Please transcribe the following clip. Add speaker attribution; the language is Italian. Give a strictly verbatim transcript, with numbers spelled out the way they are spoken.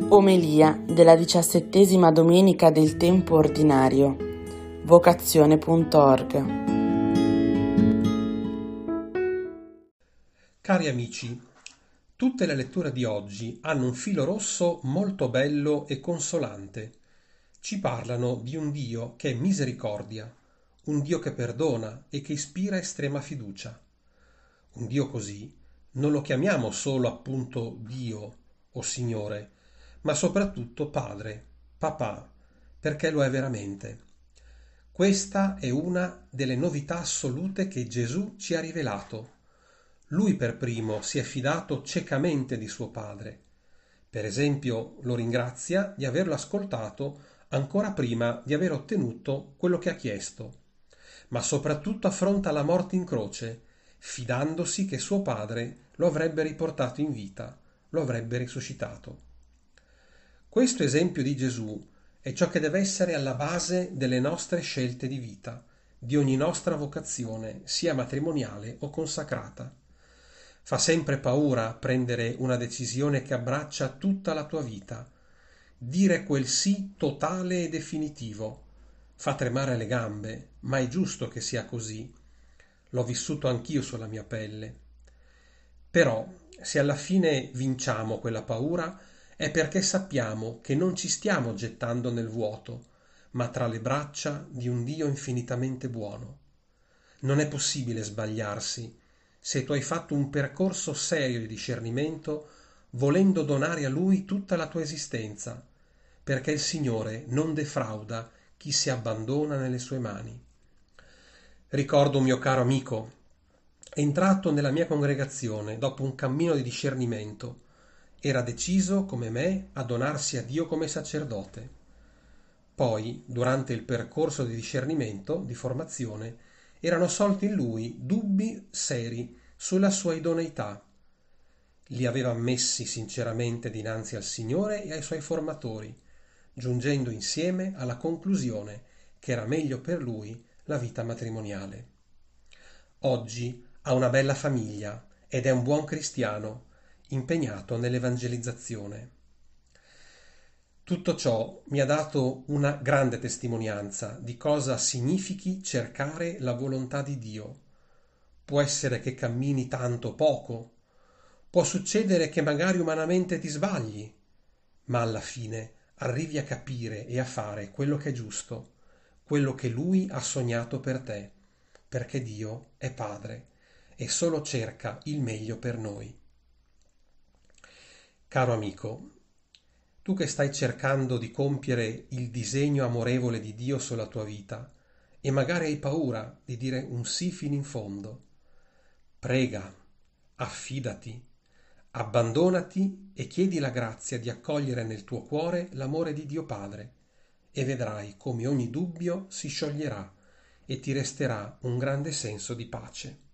Speaker 1: Omelia della diciassettesima domenica del tempo ordinario. Vocazione punto org.
Speaker 2: Cari amici, tutte le letture di oggi hanno un filo rosso molto bello e consolante. Ci parlano di un Dio che è misericordia, un Dio che perdona e che ispira estrema fiducia. Un Dio così non lo chiamiamo solo appunto Dio o Signore, ma soprattutto Padre, Papà, perché lo è veramente. Questa è una delle novità assolute che Gesù ci ha rivelato. Lui per primo si è fidato ciecamente di suo Padre. Per esempio, lo ringrazia di averlo ascoltato ancora prima di aver ottenuto quello che ha chiesto, ma soprattutto affronta la morte in croce, fidandosi che suo Padre lo avrebbe riportato in vita, lo avrebbe risuscitato. Questo esempio di Gesù è ciò che deve essere alla base delle nostre scelte di vita, di ogni nostra vocazione, sia matrimoniale o consacrata. Fa sempre paura prendere una decisione che abbraccia tutta la tua vita, dire quel sì totale e definitivo. Fa tremare le gambe, ma è giusto che sia così. L'ho vissuto anch'io sulla mia pelle. Però, se alla fine vinciamo quella paura, è perché sappiamo che non ci stiamo gettando nel vuoto, ma tra le braccia di un Dio infinitamente buono. Non è possibile sbagliarsi se tu hai fatto un percorso serio di discernimento volendo donare a Lui tutta la tua esistenza, perché il Signore non defrauda chi si abbandona nelle sue mani. Ricordo un mio caro amico, entrato nella mia congregazione dopo un cammino di discernimento, era deciso, come me, a donarsi a Dio come sacerdote. Poi, durante il percorso di discernimento, di formazione, erano sorti in lui dubbi seri sulla sua idoneità. Li aveva ammessi sinceramente dinanzi al Signore e ai suoi formatori, giungendo insieme alla conclusione che era meglio per lui la vita matrimoniale. Oggi ha una bella famiglia ed è un buon cristiano, impegnato nell'evangelizzazione. Tutto ciò mi ha dato una grande testimonianza di cosa significhi cercare la volontà di Dio. Può essere che cammini tanto o poco, può succedere che magari umanamente ti sbagli, ma alla fine arrivi a capire e a fare quello che è giusto, quello che Lui ha sognato per te, perché Dio è Padre e solo cerca il meglio per noi. Caro amico, tu che stai cercando di compiere il disegno amorevole di Dio sulla tua vita e magari hai paura di dire un sì fino in fondo, prega, affidati, abbandonati e chiedi la grazia di accogliere nel tuo cuore l'amore di Dio Padre e vedrai come ogni dubbio si scioglierà e ti resterà un grande senso di pace.